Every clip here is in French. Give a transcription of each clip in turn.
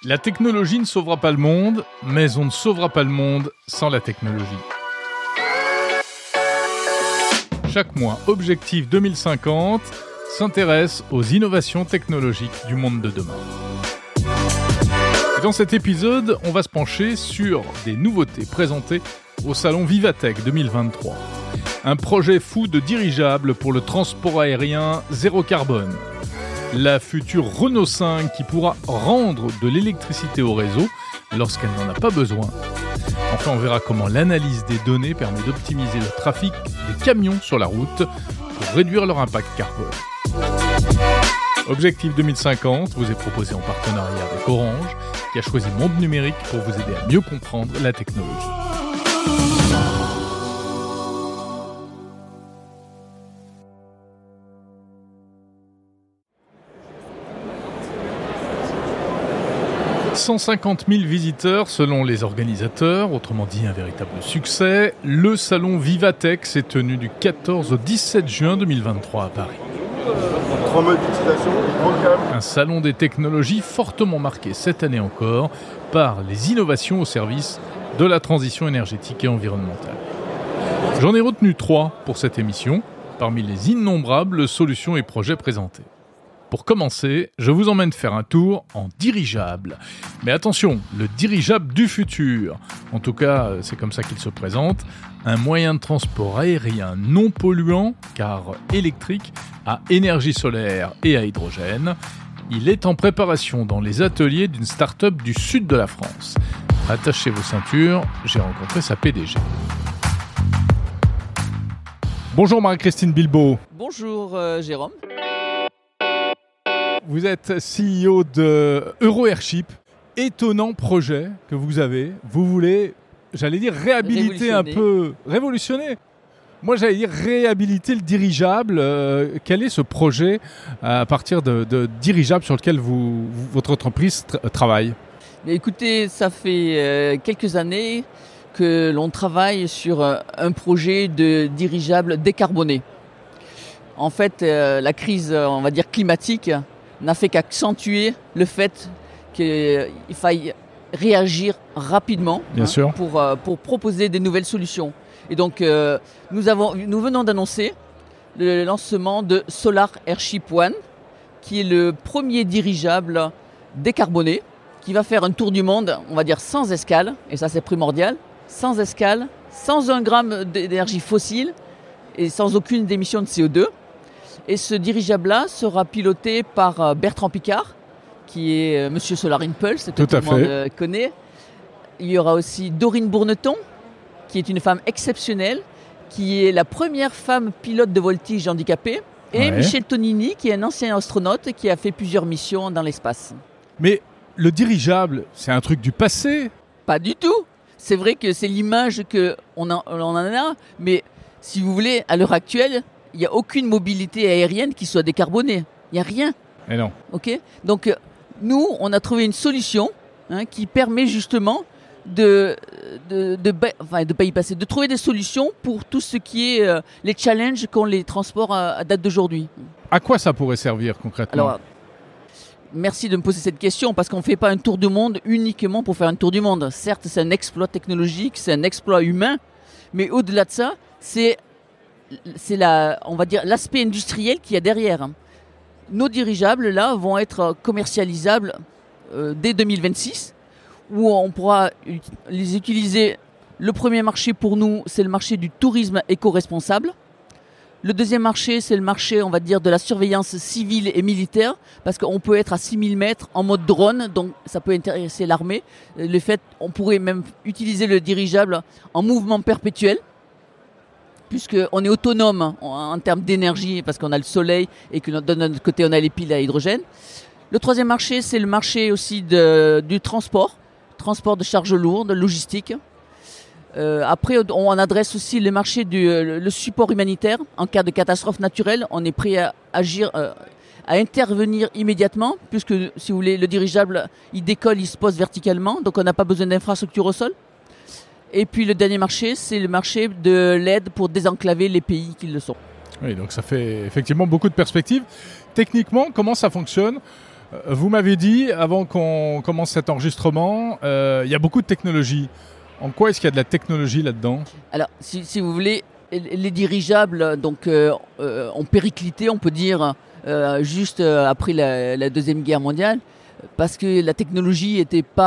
La technologie ne sauvera pas le monde, mais on ne sauvera pas le monde sans la technologie. Chaque mois, Objectif 2050 s'intéresse aux innovations technologiques du monde de demain. Et dans cet épisode, on va se pencher sur des nouveautés présentées au salon Vivatech 2023. Un projet fou de dirigeable pour le transport aérien zéro carbone. La future Renault 5 qui pourra rendre de l'électricité au réseau lorsqu'elle n'en a pas besoin. Enfin, on verra comment l'analyse des données permet d'optimiser le trafic des camions sur la route pour réduire leur impact carbone. Objectif 2050 vous est proposé en partenariat avec Orange, qui a choisi Monde Numérique pour vous aider à mieux comprendre la technologie. 150 000 visiteurs selon les organisateurs, autrement dit un véritable succès. Le salon Vivatech s'est tenu du 14 au 17 juin 2023 à Paris. 3 modes d'utilisation, un salon des technologies fortement marqué cette année encore par les innovations au service de la transition énergétique et environnementale. J'en ai retenu 3 pour cette émission, parmi les innombrables solutions et projets présentés. Pour commencer, je vous emmène faire un tour en dirigeable. Mais attention, le dirigeable du futur. En tout cas, c'est comme ça qu'il se présente. Un moyen de transport aérien non polluant, car électrique, à énergie solaire et à hydrogène. Il est en préparation dans les ateliers d'une start-up du sud de la France. Attachez vos ceintures, j'ai rencontré sa PDG. Bonjour Marie-Christine Bilbao. Bonjour Jérôme. Vous êtes CEO de Euroairship. Étonnant projet que vous avez. Vous voulez, j'allais dire, réhabiliter un peu... Révolutionner. Moi, j'allais dire réhabiliter le dirigeable. Quel est ce projet à partir de dirigeable sur lequel votre entreprise travaille ? Écoutez, ça fait quelques années que l'on travaille sur un projet de dirigeable décarboné. En fait, la crise, on va dire, climatique n'a fait qu'accentuer le fait qu'il faille réagir rapidement pour proposer des nouvelles solutions. Et donc, nous venons d'annoncer le lancement de Solar Airship One, qui est le premier dirigeable décarboné, qui va faire un tour du monde, on va dire sans escale, et ça c'est primordial, sans escale, sans 1 gramme d'énergie fossile et sans aucune émission de CO2. Et ce dirigeable-là sera piloté par Bertrand Piccard, qui est Monsieur Solar Impulse, que tout le monde connaît. Il y aura aussi Dorine Bourneton, qui est une femme exceptionnelle, qui est la première femme pilote de voltige handicapée, et Michel Tonini, qui est un ancien astronaute qui a fait plusieurs missions dans l'espace. Mais le dirigeable, c'est un truc du passé ? Pas du tout. C'est vrai que c'est l'image qu'on en a, mais si vous voulez, à l'heure actuelle, il n'y a aucune mobilité aérienne qui soit décarbonée. Il n'y a rien. Et non. Okay ? Donc, nous, on a trouvé une solution qui permet justement de pas y passer, de trouver des solutions pour tout ce qui est les challenges qu'ont les transports à date d'aujourd'hui. À quoi ça pourrait servir concrètement ? Alors, merci de me poser cette question parce qu'on ne fait pas un tour du monde uniquement pour faire un tour du monde. Certes, c'est un exploit technologique, c'est un exploit humain, mais au-delà de ça, c'est on va dire, l'aspect industriel qu'il y a derrière. Nos dirigeables, là, vont être commercialisables dès 2026, où on pourra les utiliser. Le premier marché pour nous, c'est le marché du tourisme éco-responsable. Le deuxième marché, c'est le marché, on va dire, de la surveillance civile et militaire, parce qu'on peut être à 6000 mètres en mode drone, donc ça peut intéresser l'armée. On pourrait même utiliser le dirigeable en mouvement perpétuel, puisqu'on est autonome en termes d'énergie, parce qu'on a le soleil et que de notre côté, on a les piles à hydrogène. Le troisième marché, c'est le marché aussi du transport de charges lourdes, logistique. Après, on adresse aussi le marché le support humanitaire. En cas de catastrophe naturelle, on est prêt à agir, à intervenir immédiatement, puisque, si vous voulez, le dirigeable, il décolle, il se pose verticalement, donc on n'a pas besoin d'infrastructure au sol. Et puis le dernier marché, c'est le marché de l'aide pour désenclaver les pays qui le sont. Oui, donc ça fait effectivement beaucoup de perspectives. Techniquement, comment ça fonctionne ? Vous m'avez dit, avant qu'on commence cet enregistrement, il y a beaucoup de technologie. En quoi est-ce qu'il y a de la technologie là-dedans ? Alors, si vous voulez, les dirigeables ont périclité, on peut dire, juste après la Deuxième Guerre mondiale, parce que la technologie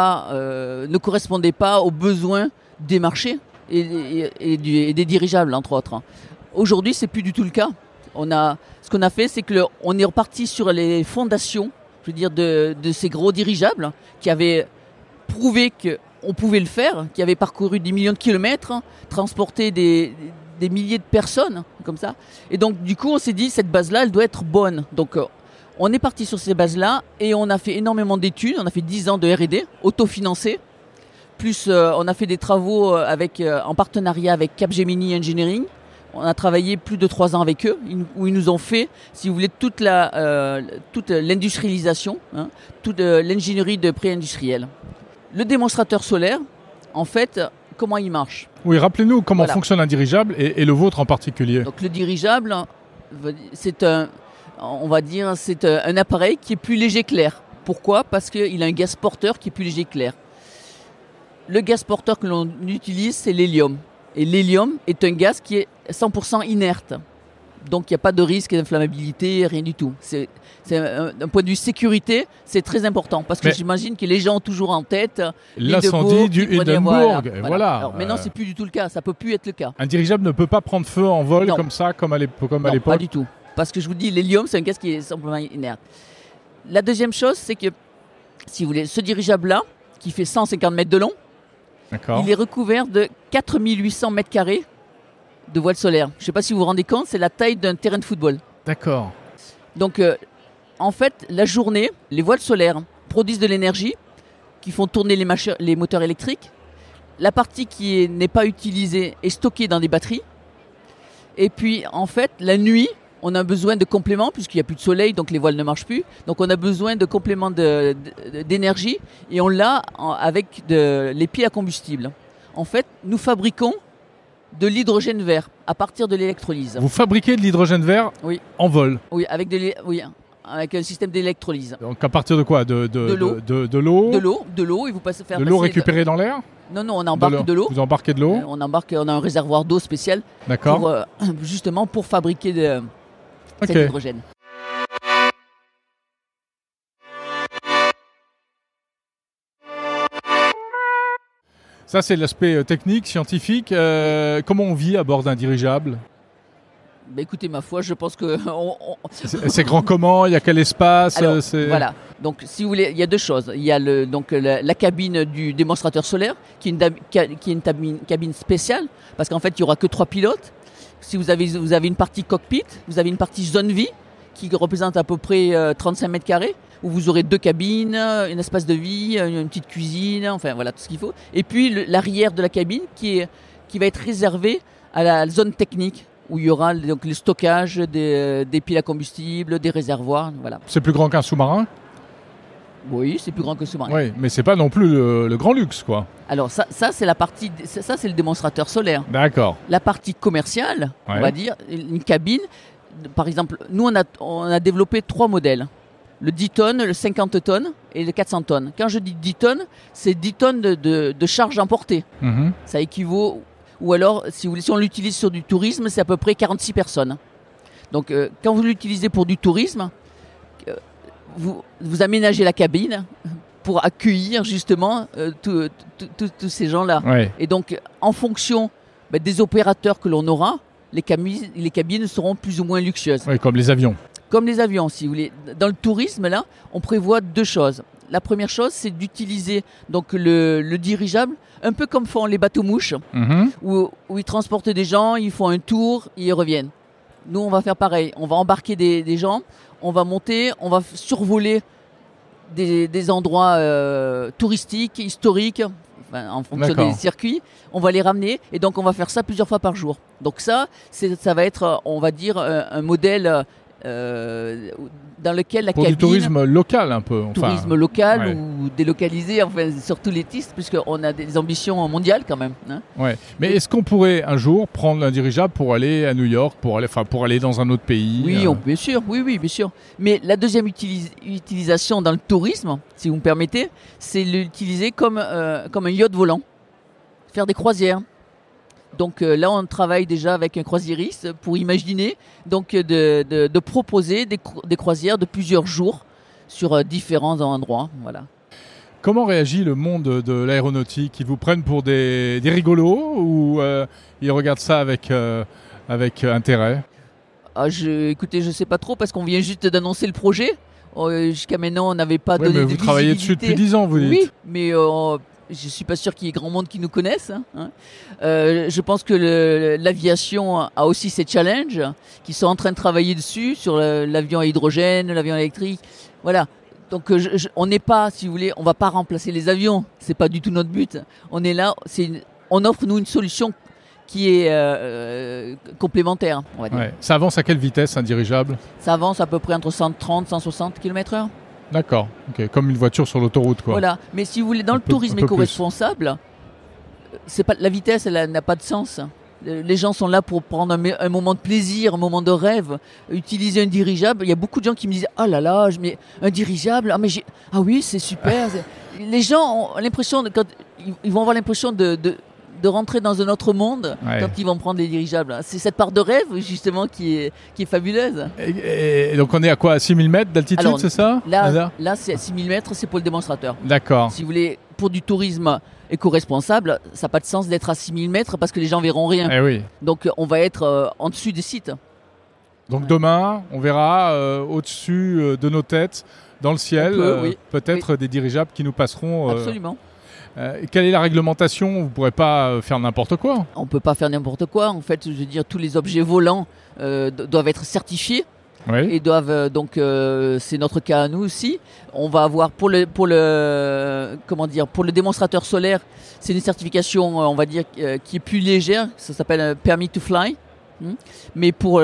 ne correspondait pas aux besoins des marchés et des dirigeables, entre autres. Aujourd'hui, c'est plus du tout le cas. Ce qu'on a fait, c'est qu'on est reparti sur les fondations, je veux dire, de ces gros dirigeables qui avaient prouvé qu'on pouvait le faire, qui avaient parcouru des millions de kilomètres, transporté des milliers de personnes, comme ça. Et donc, du coup, on s'est dit, cette base-là, elle doit être bonne. Donc, on est parti sur ces bases-là et on a fait énormément d'études. On a fait 10 ans de R&D, autofinancés. Plus, on a fait des travaux en partenariat avec Capgemini Engineering. On a travaillé plus de 3 ans avec eux, où ils nous ont fait, si vous voulez, toute l'industrialisation, toute l'ingénierie de pré-industriel. Le démonstrateur solaire, en fait, comment il marche ? Oui, rappelez-nous comment fonctionne un dirigeable et le vôtre en particulier. Donc le dirigeable, c'est un appareil qui est plus léger que l'air. Pourquoi ? Parce qu'il a un gaz porteur qui est plus léger que l'air. Le gaz porteur que l'on utilise, c'est l'hélium. Et l'hélium est un gaz qui est 100% inerte. Donc il n'y a pas de risque d'inflammabilité, rien du tout. D'un point de vue sécurité, c'est très important. Parce que j'imagine que les gens ont toujours en tête l'incendie du Hindenburg. Voilà. Alors, maintenant, c'est plus du tout le cas. Ça ne peut plus être le cas. Un dirigeable ne peut pas prendre feu en vol comme ça, comme à l'époque. Pas du tout. Parce que je vous dis, l'hélium, c'est un gaz qui est simplement inerte. La deuxième chose, c'est que, si vous voulez, ce dirigeable-là, qui fait 150 mètres de long, il est recouvert de 4800 mètres carrés de voile solaire. Je ne sais pas si vous vous rendez compte, c'est la taille d'un terrain de football. D'accord. Donc, en fait, la journée, les voiles solaires produisent de l'énergie qui font tourner les moteurs électriques. La partie qui n'est pas utilisée est stockée dans des batteries. Et puis, en fait, la nuit, on a besoin de compléments, puisqu'il n'y a plus de soleil, donc les voiles ne marchent plus. Donc, on a besoin de compléments d'énergie, et on l'a avec les piles à combustible. En fait, nous fabriquons de l'hydrogène vert à partir de l'électrolyse. Vous fabriquez de l'hydrogène vert en vol ? Oui, avec un système d'électrolyse. Donc à partir de quoi ? De l'eau. De l'eau, et vous passez faire. De l'eau récupérée dans l'air ? Non, on embarque de l'eau. Vous embarquez de l'eau ? On a un réservoir d'eau spécial. D'accord. Justement pour fabriquer cet hydrogène. Ça, c'est l'aspect technique, scientifique. Comment on vit à bord d'un dirigeable ? Écoutez, ma foi, je pense que... C'est grand comment ? Il y a quel espace ? Alors, voilà. Donc, si vous voulez, il y a deux choses. Il y a la cabine du démonstrateur solaire, qui est une cabine spéciale, parce qu'en fait, il n'y aura que 3 pilotes. Si vous avez une partie cockpit, vous avez une partie zone vie, qui représente à peu près 35 mètres carrés, où vous aurez 2 cabines, un espace de vie, une petite cuisine, enfin voilà, tout ce qu'il faut. Et puis l'arrière de la cabine qui va être réservé à la zone technique, où il y aura donc le stockage des piles à combustible, des réservoirs, voilà. C'est plus grand qu'un sous-marin ? Oui, c'est plus grand que sous-marin. Oui, mais c'est pas non plus le grand luxe, quoi. Alors ça c'est la partie, ça c'est le démonstrateur solaire. D'accord. La partie commerciale, on va dire, une cabine. Par exemple, nous on a développé 3 modèles. Le 10 tonnes, le 50 tonnes et le 400 tonnes. Quand je dis 10 tonnes, c'est 10 tonnes de charge emportée. Mmh. Ça équivaut, ou alors si on l'utilise sur du tourisme, c'est à peu près 46 personnes. Donc quand vous l'utilisez pour du tourisme, vous aménagez la cabine pour accueillir justement tous ces gens-là. Ouais. Et donc en fonction des opérateurs que l'on aura, les cabines seront plus ou moins luxueuses. Oui, comme les avions. Comme les avions, si vous voulez. Dans le tourisme, là, on prévoit 2 choses. La première chose, c'est d'utiliser donc le dirigeable, un peu comme font les bateaux-mouches, où ils transportent des gens, ils font un tour, ils reviennent. Nous, on va faire pareil. On va embarquer des gens, on va monter, on va survoler des endroits touristiques, historiques, en fonction des circuits. On va les ramener, et donc on va faire ça plusieurs fois par jour. Donc ça va être, on va dire, un modèle dans lequel la pour cabine... du tourisme local un peu. Tourisme local ouais. ou délocalisé, enfin surtout les tistes, puisqu'on a des ambitions mondiales quand même. Hein. Ouais. Mais est-ce qu'on pourrait un jour prendre un dirigeable pour aller à New York, pour aller dans un autre pays? Oui, bien sûr. Oui, bien sûr. Mais la deuxième utilisation dans le tourisme, si vous me permettez, c'est l'utiliser comme un yacht volant, faire des croisières. Donc là, on travaille déjà avec un croisiériste pour imaginer donc de proposer des croisières de plusieurs jours sur différents endroits. Voilà. Comment réagit le monde de l'aéronautique? Ils vous prennent pour des rigolos ou ils regardent ça avec intérêt? Écoutez, je ne sais pas trop parce qu'on vient juste d'annoncer le projet. Jusqu'à maintenant, on n'avait pas donné de visibilité. Vous travaillez dessus depuis 10 ans, vous dites. Oui, mais je ne suis pas sûr qu'il y ait grand monde qui nous connaisse. Hein. Je pense que l'aviation a aussi ses challenges, qui sont en train de travailler dessus, sur l'avion à hydrogène, l'avion électrique. Voilà. Donc on n'est pas, si vous voulez, on ne va pas remplacer les avions. Ce n'est pas du tout notre but. On est là, on offre nous une solution qui est complémentaire. On va dire. Ouais. Ça avance à quelle vitesse un dirigeable? Ça avance à peu près entre 130 et 160 km/h. D'accord, okay. Comme une voiture sur l'autoroute, quoi. Voilà, mais si vous voulez, dans le tourisme éco-responsable, la vitesse, elle n'a pas de sens. Les gens sont là pour prendre un moment de plaisir, un moment de rêve. Utiliser un dirigeable, il y a beaucoup de gens qui me disent « Ah là là, un dirigeable, ah oui, c'est super ». Les gens ont l'impression, ils vont avoir l'impression de rentrer dans un autre monde quand ils vont prendre les dirigeables. C'est cette part de rêve, justement, qui est fabuleuse. Et donc, on est à quoi? À 6000 mètres d'altitude, alors, c'est ça? Là, c'est à 6000 mètres, c'est pour le démonstrateur. D'accord. Si vous voulez, pour du tourisme éco-responsable, ça n'a pas de sens d'être à 6000 mètres parce que les gens verront rien. Eh oui. Donc, on va être en dessus des sites. Donc, demain, on verra au-dessus de nos têtes, dans le ciel, peut-être des dirigeables qui nous passeront... Absolument. Quelle est la réglementation? Vous ne pourrez pas faire n'importe quoi. On ne peut pas faire n'importe quoi. En fait, je veux dire, tous les objets volants doivent être certifiés. Oui. Et doivent c'est notre cas à nous aussi. On va avoir pour le démonstrateur solaire, c'est une certification, on va dire, qui est plus légère. Ça s'appelle Permit to Fly. Mais pour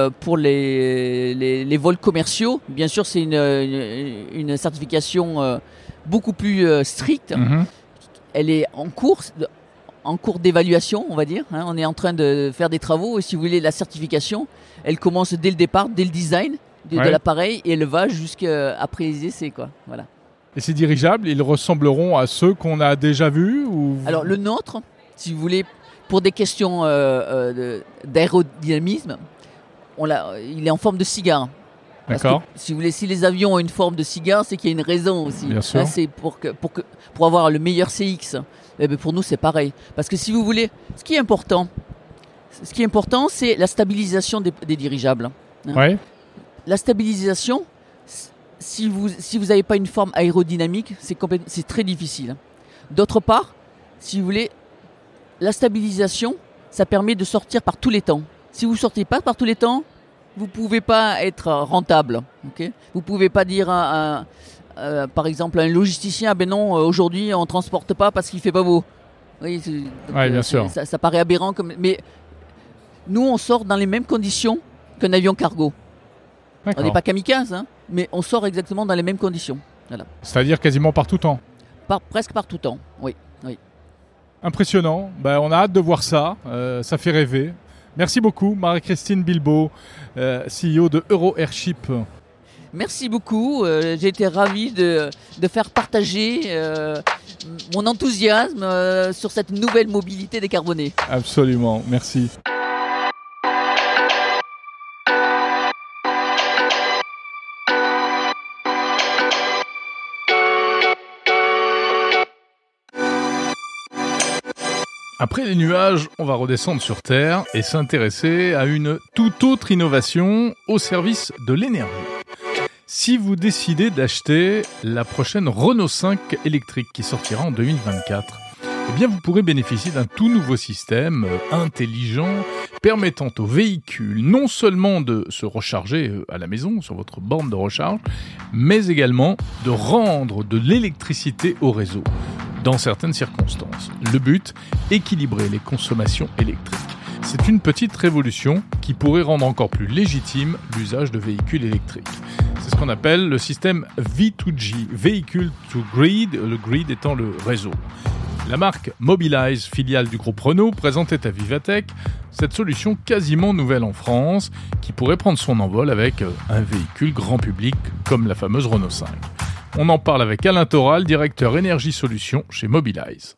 les vols commerciaux, bien sûr, c'est une certification beaucoup plus stricte. Mm-hmm. Elle est en cours d'évaluation, on va dire. Hein. On est en train de faire des travaux et si vous voulez, la certification, elle commence dès le départ, dès le design de l'appareil et elle va jusqu'après les essais, quoi. Voilà. Et ces dirigeables, ils ressembleront à ceux qu'on a déjà vus ou... Alors le nôtre, si vous voulez, pour des questions d'aérodynamisme, il est en forme de cigare. D'accord. Que, si vous voulez, si les avions ont une forme de cigare, c'est qu'il y a une raison aussi. Bien sûr. Là, c'est pour avoir le meilleur CX. Eh bien, pour nous, c'est pareil. Parce que si vous voulez, ce qui est important, c'est la stabilisation des dirigeables. Hein. Ouais. La stabilisation, si vous n'avez pas une forme aérodynamique, c'est très difficile. D'autre part, si vous voulez, la stabilisation, ça permet de sortir par tous les temps. Si vous ne sortez pas par tous les temps, vous ne pouvez pas être rentable. Okay, vous ne pouvez pas dire, par exemple, à un logisticien, ben non, aujourd'hui, on ne transporte pas parce qu'il ne fait pas beau. Oui, bien sûr. Ça paraît aberrant. Mais nous, on sort dans les mêmes conditions qu'un avion cargo. D'accord. On n'est pas kamikaze, hein, mais on sort exactement dans les mêmes conditions. Voilà. C'est-à-dire quasiment par tout temps? Presque par tout temps, oui. Impressionnant. On a hâte de voir ça. Ça fait rêver. Merci beaucoup, Marie-Christine Bilbao, CEO de Euro-Airship. Merci beaucoup. J'ai été ravi de faire partager mon enthousiasme sur cette nouvelle mobilité décarbonée. Absolument. Merci. Après les nuages, on va redescendre sur Terre et s'intéresser à une toute autre innovation au service de l'énergie. Si vous décidez d'acheter la prochaine Renault 5 électrique qui sortira en 2024, eh bien vous pourrez bénéficier d'un tout nouveau système intelligent permettant au véhicule non seulement de se recharger à la maison sur votre borne de recharge, mais également de rendre de l'électricité au réseau. Dans certaines circonstances. Le but, équilibrer les consommations électriques. C'est une petite révolution qui pourrait rendre encore plus légitime l'usage de véhicules électriques. C'est ce qu'on appelle le système V2G, Vehicle to Grid, le grid étant le réseau. La marque Mobilize, filiale du groupe Renault, présentait à Vivatech cette solution quasiment nouvelle en France qui pourrait prendre son envol avec un véhicule grand public comme la fameuse Renault 5. On en parle avec Alain Toral, directeur Énergie Solutions chez Mobilize.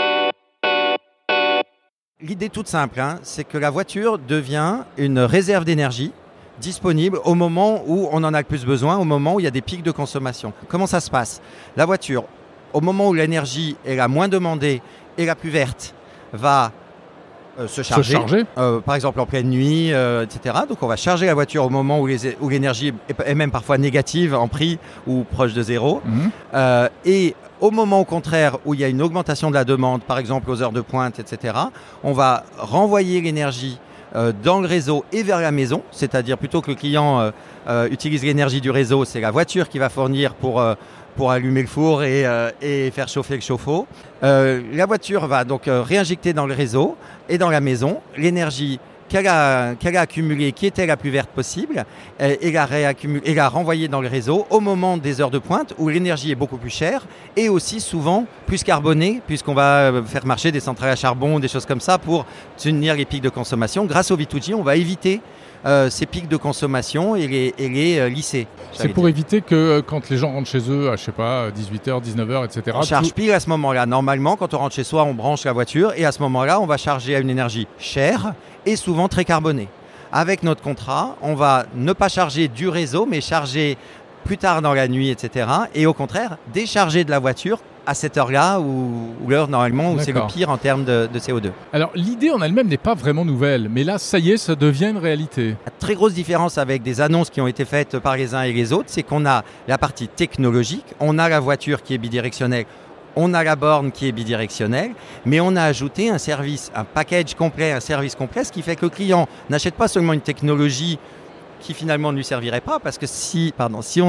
L'idée toute simple, c'est que la voiture devient une réserve d'énergie disponible au moment où on en a le plus besoin, au moment où il y a des pics de consommation. Comment ça se passe ? La voiture, au moment où l'énergie est la moins demandée et la plus verte, va se charger. Par exemple en pleine nuit, etc. Donc on va charger la voiture au moment où l'énergie est même parfois négative en prix ou proche de zéro. Et au moment au contraire où il y a une augmentation de la demande, par exemple aux heures de pointe, etc., on va renvoyer l'énergie dans le réseau et vers la maison, c'est-à-dire plutôt que le client utilise l'énergie du réseau, c'est la voiture qui va fournir pour allumer le four et faire chauffer le chauffe-eau. La voiture va donc réinjecter dans le réseau et dans la maison l'énergie qu'elle a accumulée, qui était la plus verte possible, et la renvoyer dans le réseau au moment des heures de pointe où l'énergie est beaucoup plus chère et aussi souvent plus carbonée, puisqu'on va faire marcher des centrales à charbon, des choses comme ça pour tenir les pics de consommation. Grâce au V2G, on va éviter ces pics de consommation et les lisser. C'est pour éviter que quand les gens rentrent chez eux à, 18h, 19h, etc. On charge pile à ce moment-là. Normalement, quand on rentre chez soi, on branche la voiture et à ce moment-là, on va charger à une énergie chère et souvent très carbonée. Avec notre contrat, on va ne pas charger du réseau, mais charger plus tard dans la nuit, etc. Et au contraire, décharger de la voiture à cette heure-là ou l'heure normalement où c'est le pire en termes de CO2. Alors l'idée en elle-même n'est pas vraiment nouvelle, mais là ça y est, ça devient une réalité. La très grosse différence avec des annonces qui ont été faites par les uns et les autres, c'est qu'on a la partie technologique, on a la voiture qui est bidirectionnelle, on a la borne qui est bidirectionnelle, mais on a ajouté un service, un package complet, un service complet, ce qui fait que le client n'achète pas seulement une technologie qui finalement ne lui servirait pas, parce que si on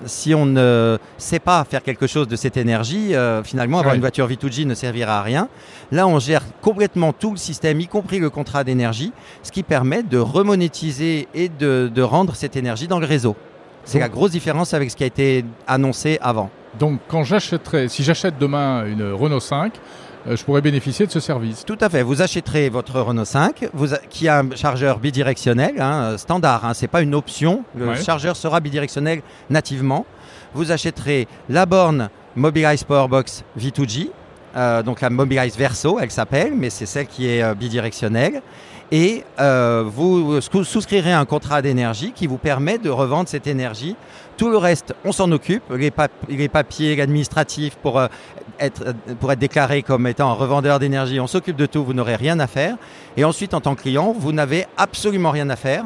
ne sait pas faire quelque chose de cette énergie, finalement avoir une voiture V2G ne servira à rien. Là, on gère complètement tout le système, y compris le contrat d'énergie, ce qui permet de remonétiser et de rendre cette énergie dans le réseau. C'est la grosse différence avec ce qui a été annoncé avant. Donc, si j'achète demain une Renault 5, je pourrais bénéficier de ce service. Tout à fait. Vous achèterez votre Renault 5 qui a un chargeur bidirectionnel, standard. Ce n'est pas une option. Le chargeur sera bidirectionnel nativement. Vous achèterez la borne Mobilize Powerbox V2G, donc la Mobilize Verso, elle s'appelle, mais c'est celle qui est bidirectionnelle. Et vous souscrirez un contrat d'énergie qui vous permet de revendre cette énergie. Tout le reste, on s'en occupe. Les papiers, l'administratif pour être déclaré comme étant un revendeur d'énergie, on s'occupe de tout, vous n'aurez rien à faire. Et ensuite, en tant que client, vous n'avez absolument rien à faire.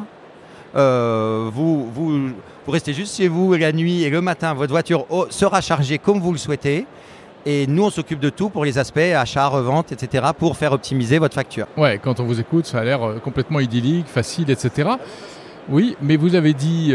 Vous restez juste chez vous la nuit et le matin, votre voiture sera chargée comme vous le souhaitez. Et nous, on s'occupe de tout pour les aspects achat, revente, etc. pour faire optimiser votre facture. Ouais, quand on vous écoute, ça a l'air complètement idyllique, facile, etc. Oui, mais vous avez mis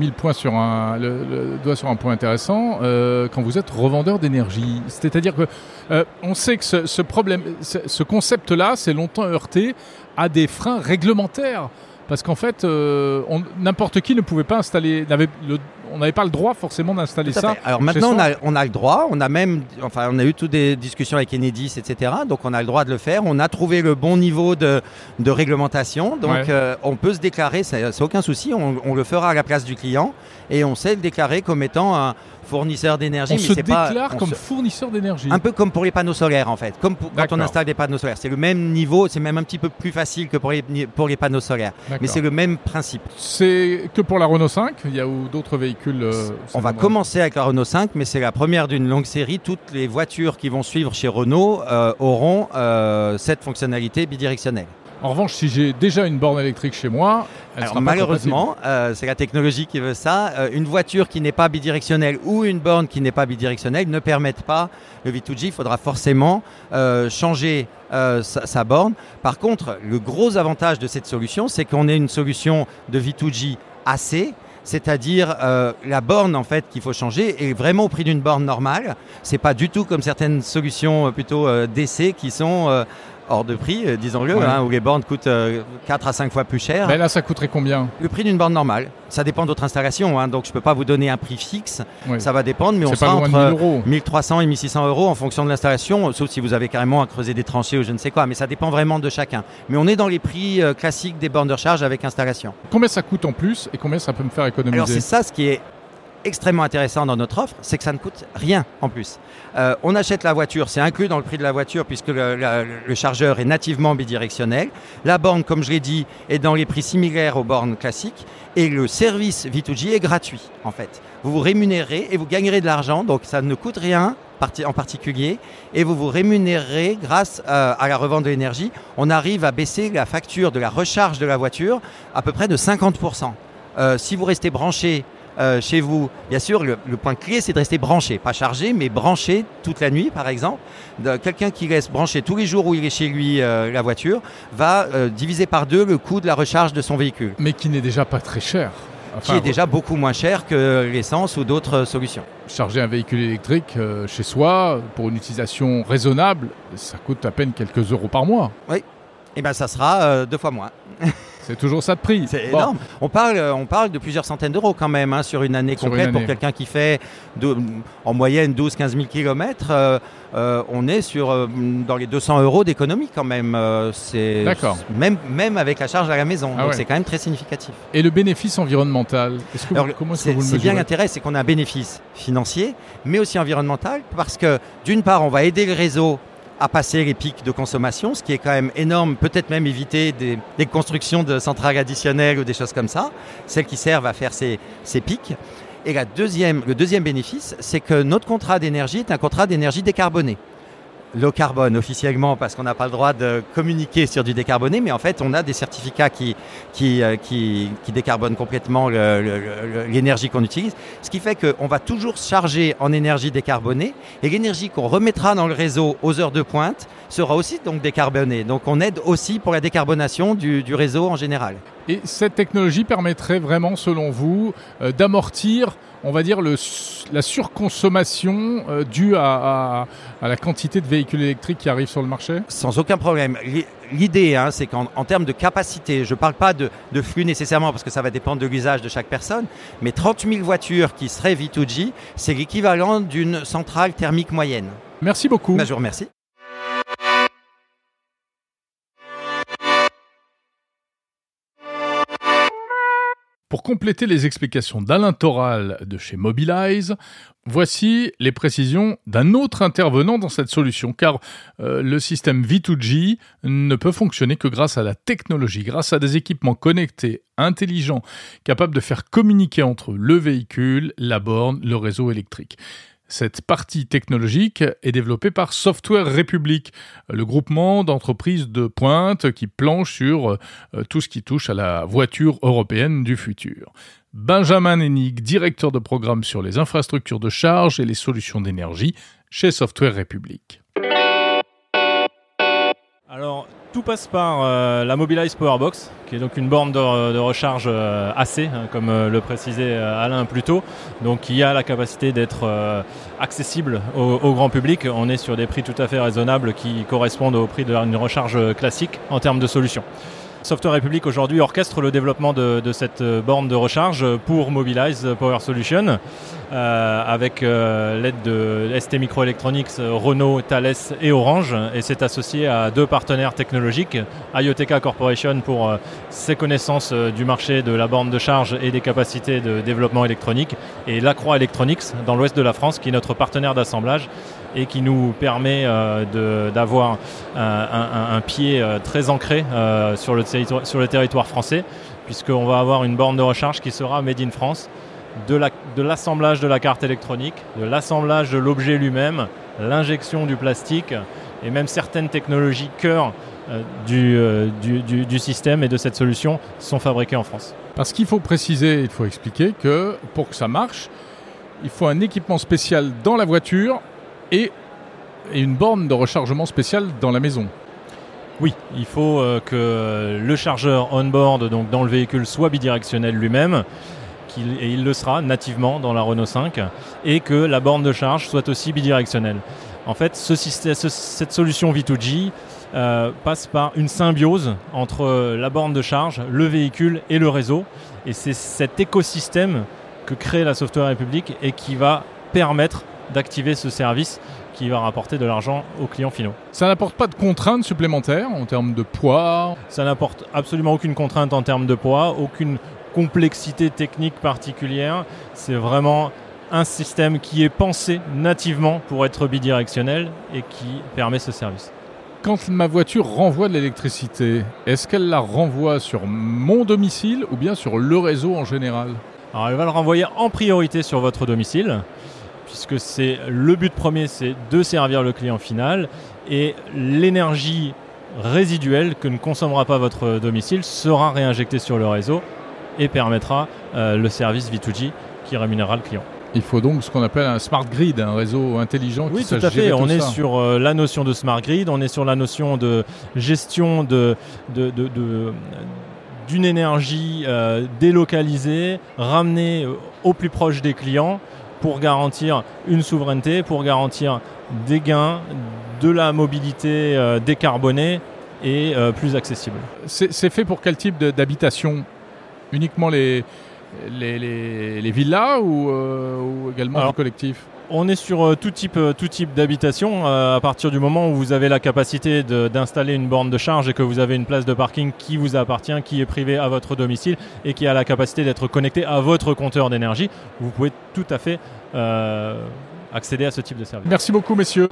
le doigt sur un point intéressant quand vous êtes revendeur d'énergie. C'est-à-dire que on sait que ce concept-là s'est longtemps heurté à des freins réglementaires. Parce qu'en fait, n'importe qui ne pouvait pas installer, on n'avait pas le droit forcément d'installer ça. Alors maintenant, on a le droit, on a eu toutes des discussions avec Enedis, etc. Donc on a le droit de le faire. On a trouvé le bon niveau de réglementation. Donc on peut se déclarer, c'est aucun souci, on le fera à la place du client et on sait le déclarer comme étant un fournisseur d'énergie. On se déclare comme fournisseur d'énergie. Un peu comme pour les panneaux solaires en fait. Comme quand on installe des panneaux solaires. C'est le même niveau, c'est même un petit peu plus facile que pour les panneaux solaires. Mais c'est le même principe. C'est que pour la Renault 5, il y a d'autres véhicules On va commencer avec la Renault 5, mais c'est la première d'une longue série. Toutes les voitures qui vont suivre chez Renault auront cette fonctionnalité bidirectionnelle. En revanche, si j'ai déjà une borne électrique chez moi, malheureusement, c'est la technologie qui veut ça. Une voiture qui n'est pas bidirectionnelle ou une borne qui n'est pas bidirectionnelle ne permettent pas le V2G. Il faudra forcément changer sa borne. Par contre, le gros avantage de cette solution, c'est qu'on ait une solution de V2G AC, c'est-à-dire la borne en fait qu'il faut changer est vraiment au prix d'une borne normale. C'est pas du tout comme certaines solutions plutôt DC qui sont hors de prix, disons-le, Ouais. où les bornes coûtent 4 à 5 fois plus cher. Mais là, ça coûterait combien? Le prix d'une borne normale, ça dépend de votre installation, donc je ne peux pas vous donner un prix fixe, Oui. ça va dépendre, mais on C'est pas sera loin de entre 1000 euros. 1300 et 1600 euros en fonction de l'installation, sauf si vous avez carrément à creuser des tranchées ou je ne sais quoi, mais ça dépend vraiment de chacun. Mais on est dans les prix classiques des bornes de recharge avec installation. Combien ça coûte en plus et combien ça peut me faire économiser? Alors c'est ça ce qui est extrêmement intéressant dans notre offre, c'est que ça ne coûte rien en plus. On achète la voiture, c'est inclus dans le prix de la voiture puisque le chargeur est nativement bidirectionnel. La borne, comme je l'ai dit, est dans les prix similaires aux bornes classiques et le service V2G est gratuit en fait. Vous vous rémunérez et vous gagnerez de l'argent, donc ça ne coûte rien en particulier et vous vous rémunérez grâce à la revente de l'énergie. On arrive à baisser la facture de la recharge de la voiture à peu près de 50%. Si vous restez branché chez vous, bien sûr, le point clé, c'est de rester branché, pas chargé, mais branché toute la nuit, par exemple. Quelqu'un qui reste branché tous les jours où il est chez lui la voiture va diviser par 2 le coût de la recharge de son véhicule, Mais qui n'est déjà pas très cher. qui est déjà beaucoup moins cher que l'essence ou d'autres solutions. Charger un véhicule électrique chez soi, pour une utilisation raisonnable, ça coûte à peine quelques euros par mois. Et bien, ça sera 2 fois moins. C'est toujours ça de prix. C'est Bon. énorme. On parle de plusieurs centaines d'euros quand même sur une année Sur complète une pour année. quelqu'un qui fait en moyenne 12-15 000 km. On est dans les 200 euros d'économie quand même. D'accord. Même avec la charge à la maison. Ah Donc ouais. c'est quand même très significatif. Et le bénéfice environnemental, comment est-ce que vous le C'est bien mesurez? l'intérêt, c'est qu'on a un bénéfice financier, mais aussi environnemental, parce que d'une part, on va aider le réseau à passer les pics de consommation, ce qui est quand même énorme, peut-être même éviter des constructions de centrales additionnelles ou des choses comme ça, celles qui servent à faire ces pics. Et le deuxième bénéfice, c'est que notre contrat d'énergie est un contrat d'énergie décarboné. Low carbone officiellement parce qu'on n'a pas le droit de communiquer sur du décarboné, mais en fait on a des certificats qui décarbonent complètement l'énergie qu'on utilise, ce qui fait qu'on va toujours se charger en énergie décarbonée et l'énergie qu'on remettra dans le réseau aux heures de pointe sera aussi donc décarbonée. Donc on aide aussi pour la décarbonation du réseau en général. Et cette technologie permettrait vraiment, selon vous, d'amortir, on va dire, la surconsommation due à la quantité de véhicules électriques qui arrivent sur le marché? Sans aucun problème. L'idée, c'est qu'en termes de capacité, je ne parle pas de flux nécessairement parce que ça va dépendre de l'usage de chaque personne, mais 30 000 voitures qui seraient V2G, c'est l'équivalent d'une centrale thermique moyenne. Merci beaucoup. Je vous remercie. Pour compléter les explications d'Alain Toral de chez Mobilize, voici les précisions d'un autre intervenant dans cette solution, car le système V2G ne peut fonctionner que grâce à la technologie, grâce à des équipements connectés, intelligents, capables de faire communiquer entre le véhicule, la borne, le réseau électrique. Cette partie technologique est développée par Software République, le groupement d'entreprises de pointe qui planche sur tout ce qui touche à la voiture européenne du futur. Benjamin Hennig, directeur de programme sur les infrastructures de charge et les solutions d'énergie chez Software République. Alors, tout passe par la Mobilize Powerbox, qui est donc une borne de recharge AC, comme le précisait Alain plus tôt, donc qui a la capacité d'être accessible au grand public. On est sur des prix tout à fait raisonnables qui correspondent au prix d'une recharge classique en termes de solutions. Software République aujourd'hui orchestre le développement de cette borne de recharge pour Mobilize Power Solutions avec l'aide de ST Microelectronics, Renault, Thales et Orange, et c'est associé à 2 partenaires technologiques, IoTK Corporation pour ses connaissances du marché de la borne de charge et des capacités de développement électronique, et Lacroix Electronics dans l'ouest de la France qui est notre partenaire d'assemblage et qui nous permet d'avoir un pied très ancré sur le territoire français, puisqu'on va avoir une borne de recharge qui sera made in France, de l'assemblage de la carte électronique, de l'assemblage de l'objet lui-même, l'injection du plastique et même certaines technologies cœur du système et de cette solution sont fabriquées en France. Parce qu'il faut préciser, il faut expliquer que pour que ça marche, il faut un équipement spécial dans la voiture et une borne de rechargement spéciale dans la maison. Oui, il faut que le chargeur on-board, donc dans le véhicule, soit bidirectionnel lui-même, et il le sera nativement dans la Renault 5, et que la borne de charge soit aussi bidirectionnelle. En fait, cette solution V2G passe par une symbiose entre la borne de charge, le véhicule et le réseau. Et c'est cet écosystème que crée la Software République et qui va permettre d'activer ce service qui va rapporter de l'argent aux clients finaux. Ça n'apporte pas de contraintes supplémentaires en termes de poids? Ça n'apporte absolument aucune contrainte en termes de poids, aucune complexité technique particulière. C'est vraiment un système qui est pensé nativement pour être bidirectionnel et qui permet ce service. Quand ma voiture renvoie de l'électricité, est-ce qu'elle la renvoie sur mon domicile ou bien sur le réseau en général? Alors elle va le renvoyer en priorité sur votre domicile, puisque c'est le but premier, c'est de servir le client final, et l'énergie résiduelle que ne consommera pas votre domicile sera réinjectée sur le réseau et permettra le service V2G qui rémunérera le client. Il faut donc ce qu'on appelle un smart grid, un réseau intelligent qui sache gérer tout ça. Oui, tout à fait. On est sur la notion de smart grid, on est sur la notion de gestion d'une énergie délocalisée, ramenée au plus proche des clients pour garantir une souveraineté, pour garantir des gains, de la mobilité décarbonée et plus accessible. C'est fait pour quel type d'habitation? Uniquement les villas ou également les collectifs? On est sur tout type d'habitation à partir du moment où vous avez la capacité d'installer une borne de charge et que vous avez une place de parking qui vous appartient, qui est privée à votre domicile et qui a la capacité d'être connecté à votre compteur d'énergie. Vous pouvez tout à fait accéder à ce type de service. Merci beaucoup messieurs.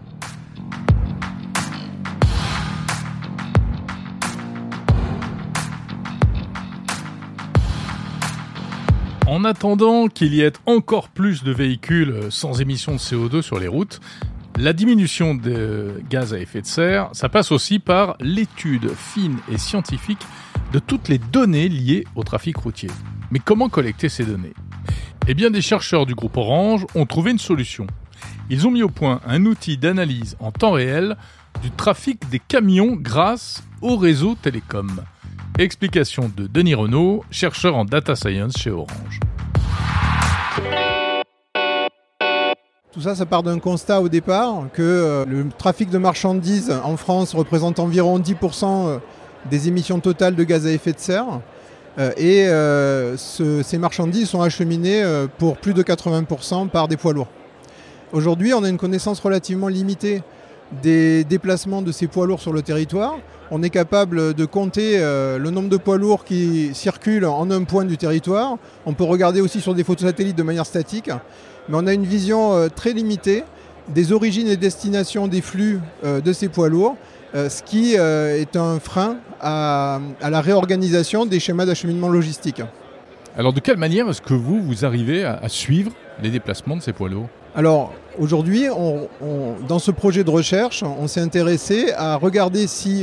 En attendant qu'il y ait encore plus de véhicules sans émissions de CO2 sur les routes, la diminution de gaz à effet de serre, ça passe aussi par l'étude fine et scientifique de toutes les données liées au trafic routier. Mais comment collecter ces données? Eh bien, des chercheurs du groupe Orange ont trouvé une solution. Ils ont mis au point un outil d'analyse en temps réel du trafic des camions grâce au réseau télécom. Explication de Denis Renaud, chercheur en data science chez Orange. Tout ça, ça part d'un constat au départ que le trafic de marchandises en France représente environ 10% des émissions totales de gaz à effet de serre. Ces marchandises sont acheminées pour plus de 80% par des poids lourds. Aujourd'hui, on a une connaissance relativement limitée des déplacements de ces poids lourds sur le territoire. On est capable de compter le nombre de poids lourds qui circulent en un point du territoire. On peut regarder aussi sur des photos satellites de manière statique. Mais on a une vision très limitée des origines et destinations des flux de ces poids lourds, ce qui est un frein à la réorganisation des schémas d'acheminement logistique. Alors de quelle manière est-ce que vous arrivez à suivre les déplacements de ces poids lourds? Alors aujourd'hui, dans ce projet de recherche, on s'est intéressé à regarder si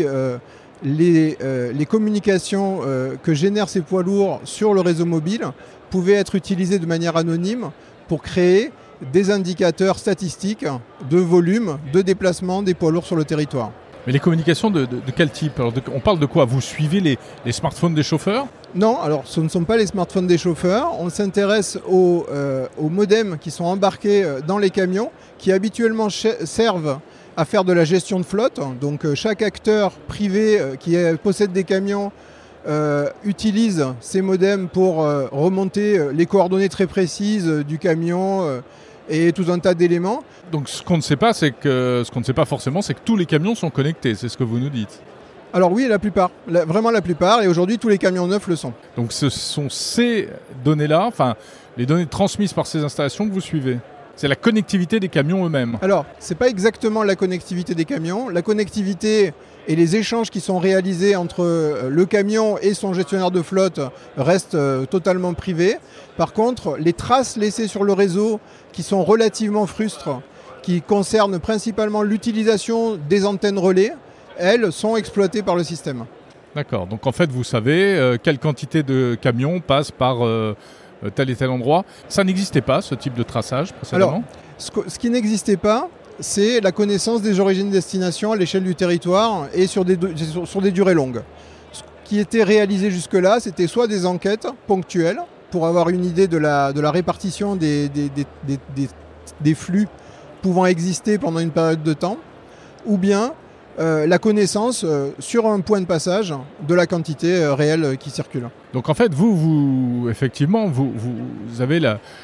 les communications que génèrent ces poids lourds sur le réseau mobile pouvaient être utilisées de manière anonyme pour créer des indicateurs statistiques de volume de déplacement des poids lourds sur le territoire. Mais les communications de quel type? Alors on parle de quoi? Vous suivez les smartphones des chauffeurs? Non, alors ce ne sont pas les smartphones des chauffeurs. On s'intéresse aux modems qui sont embarqués dans les camions, qui habituellement servent à faire de la gestion de flotte. Donc chaque acteur privé qui possède des camions utilise ces modems pour remonter les coordonnées très précises du camion et tout un tas d'éléments. Donc ce qu'on ne sait pas forcément, c'est que tous les camions sont connectés, c'est ce que vous nous dites. Alors oui, la plupart, vraiment la plupart, et aujourd'hui tous les camions neufs le sont. Donc ce sont ces données-là, enfin les données transmises par ces installations que vous suivez. C'est la connectivité des camions eux-mêmes. Alors, ce n'est pas exactement la connectivité des camions. La connectivité et les échanges qui sont réalisés entre le camion et son gestionnaire de flotte restent totalement privés. Par contre, les traces laissées sur le réseau qui sont relativement frustres, qui concernent principalement l'utilisation des antennes relais, elles sont exploitées par le système. D'accord. Donc en fait, vous savez quelle quantité de camions passe par tel et tel endroit. Ça n'existait pas, ce type de traçage précédemment? Alors, ce qui n'existait pas, c'est la connaissance des origines-destinations à l'échelle du territoire et sur des durées longues. Ce qui était réalisé jusque-là, c'était soit des enquêtes ponctuelles pour avoir une idée de la répartition des flux pouvant exister pendant une période de temps, ou bien la connaissance sur un point de passage de la quantité réelle qui circule. Donc en fait, vous effectivement, vous avez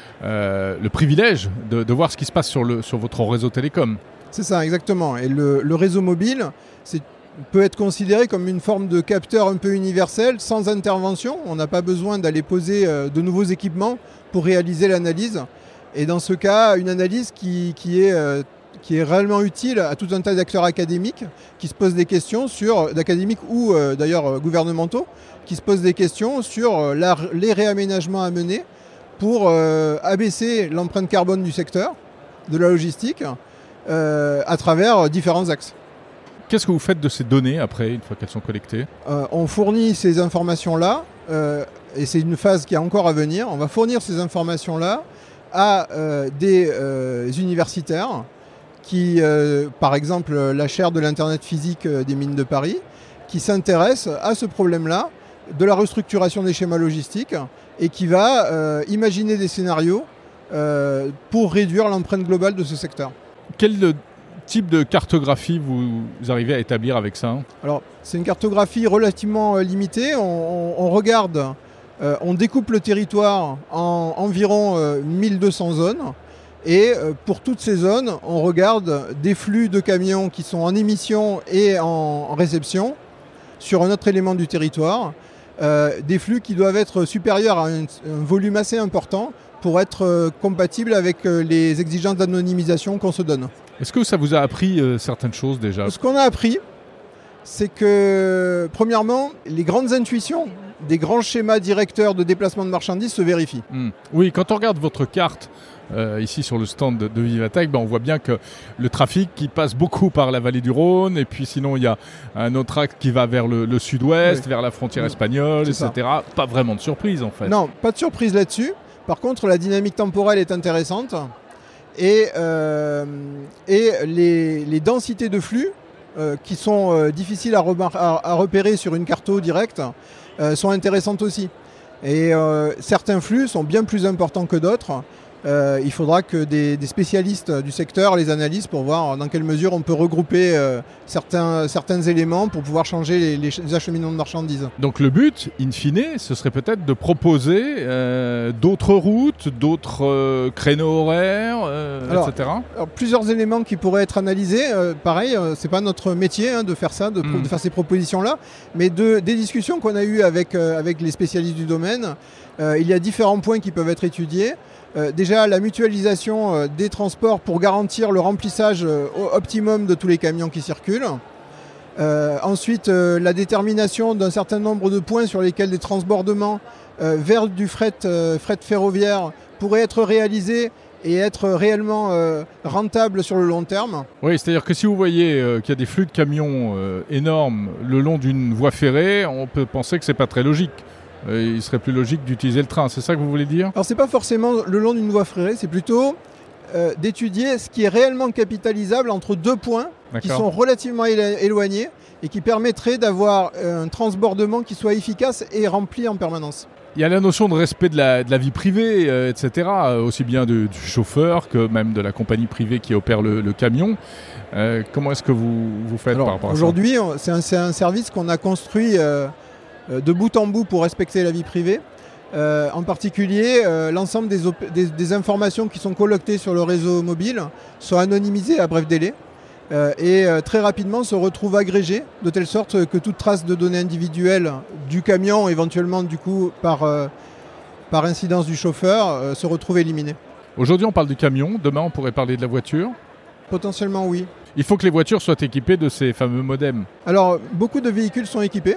le privilège de voir ce qui se passe sur votre réseau télécom. C'est ça, exactement. Et le réseau mobile peut être considéré comme une forme de capteur un peu universel, sans intervention. On n'a pas besoin d'aller poser de nouveaux équipements pour réaliser l'analyse. Et dans ce cas, une analyse qui est réellement utile à tout un tas d'acteurs académiques qui se posent des questions d'académiques ou d'ailleurs gouvernementaux, qui se posent des questions sur les réaménagements à mener pour abaisser l'empreinte carbone du secteur, de la logistique, à travers différents axes. Qu'est-ce que vous faites de ces données après, une fois qu'elles sont collectées ? On fournit ces informations-là, et c'est une phase qui est encore à venir. On va fournir ces informations-là à des universitaires qui, par exemple, la chaire de l'Internet physique des mines de Paris, qui s'intéresse à ce problème-là de la restructuration des schémas logistiques et qui va imaginer des scénarios pour réduire l'empreinte globale de ce secteur. Quel type de cartographie vous arrivez à établir avec ça ? Alors, c'est une cartographie relativement limitée. On regarde, on découpe le territoire en environ 1200 zones. Et pour toutes ces zones, on regarde des flux de camions qui sont en émission et en réception sur un autre élément du territoire. Des flux qui doivent être supérieurs à un volume assez important pour être compatibles avec les exigences d'anonymisation qu'on se donne. Est-ce que ça vous a appris certaines choses déjà ? Ce qu'on a appris, c'est que, premièrement, les grandes intuitions des grands schémas directeurs de déplacement de marchandises se vérifient. Oui, quand on regarde votre carte, ici sur le stand de Vivatech, on voit bien que le trafic qui passe beaucoup par la vallée du Rhône, et puis sinon il y a un autre axe qui va vers le sud-ouest, vers la frontière espagnole, etc. Pas vraiment de surprise en fait. Non, pas de surprise là-dessus. Par contre, la dynamique temporelle est intéressante et les densités de flux qui sont difficiles à repérer sur une carto directe sont intéressantes aussi. Et certains flux sont bien plus importants que d'autres. Il faudra que des spécialistes du secteur les analysent pour voir dans quelle mesure on peut regrouper certains éléments pour pouvoir changer les acheminements de marchandises. Donc le but, in fine, ce serait peut-être de proposer d'autres routes, d'autres créneaux horaires, etc. Alors, plusieurs éléments qui pourraient être analysés. Pareil, c'est pas notre métier de faire ça, de faire ces propositions-là, mais des discussions qu'on a eues avec les spécialistes du domaine. Il y a différents points qui peuvent être étudiés. Déjà, la mutualisation des transports pour garantir le remplissage optimum de tous les camions qui circulent. Ensuite, la détermination d'un certain nombre de points sur lesquels des transbordements vers du fret ferroviaire pourraient être réalisés et être réellement rentables sur le long terme. Oui, c'est-à-dire que si vous voyez qu'il y a des flux de camions énormes le long d'une voie ferrée, on peut penser que c'est pas très logique. Il serait plus logique d'utiliser le train, c'est ça que vous voulez dire ? Alors c'est pas forcément le long d'une voie ferrée, c'est plutôt d'étudier ce qui est réellement capitalisable entre deux points qui sont relativement éloignés et qui permettraient d'avoir un transbordement qui soit efficace et rempli en permanence. Il y a la notion de respect de la vie privée, etc., aussi bien du chauffeur que même de la compagnie privée qui opère le camion. Comment est-ce que vous faites par rapport à ça ? Aujourd'hui, c'est un service qu'on a construit de bout en bout pour respecter la vie privée. En particulier, l'ensemble des informations qui sont collectées sur le réseau mobile sont anonymisées à bref délai et très rapidement se retrouvent agrégées de telle sorte que toute trace de données individuelles du camion, éventuellement du coup par incidence du chauffeur, se retrouve éliminée. Aujourd'hui on parle du camion, demain on pourrait parler de la voiture ? Potentiellement oui. Il faut que les voitures soient équipées de ces fameux modems. Alors beaucoup de véhicules sont équipés.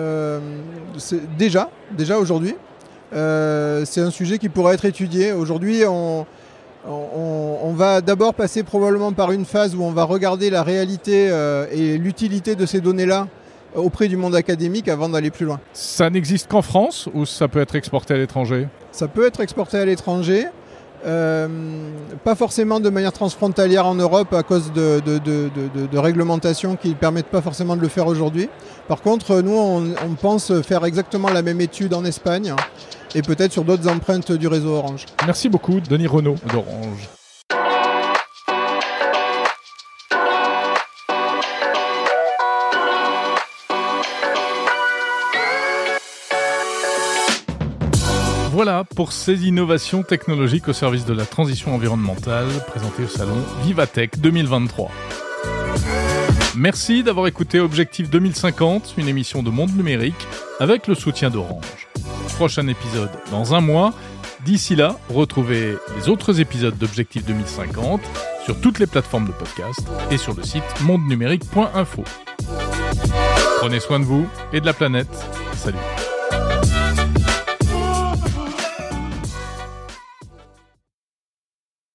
Déjà aujourd'hui, c'est un sujet qui pourrait être étudié. Aujourd'hui, on va d'abord passer probablement par une phase où on va regarder la réalité et l'utilité de ces données-là auprès du monde académique avant d'aller plus loin. Ça n'existe qu'en France ou ça peut être exporté à l'étranger ? Ça peut être exporté à l'étranger. Pas forcément de manière transfrontalière en Europe à cause de réglementations qui ne permettent pas forcément de le faire aujourd'hui. Par contre, nous, on pense faire exactement la même étude en Espagne et peut-être sur d'autres empreintes du réseau Orange. Merci beaucoup, Denis Renaud d'Orange. Voilà pour ces innovations technologiques au service de la transition environnementale présentées au salon Vivatech 2023. Merci d'avoir écouté Objectif 2050, une émission de Monde Numérique avec le soutien d'Orange. Prochain épisode dans un mois. D'ici là, retrouvez les autres épisodes d'Objectif 2050 sur toutes les plateformes de podcast et sur le site mondenumérique.info. Prenez soin de vous et de la planète. Salut.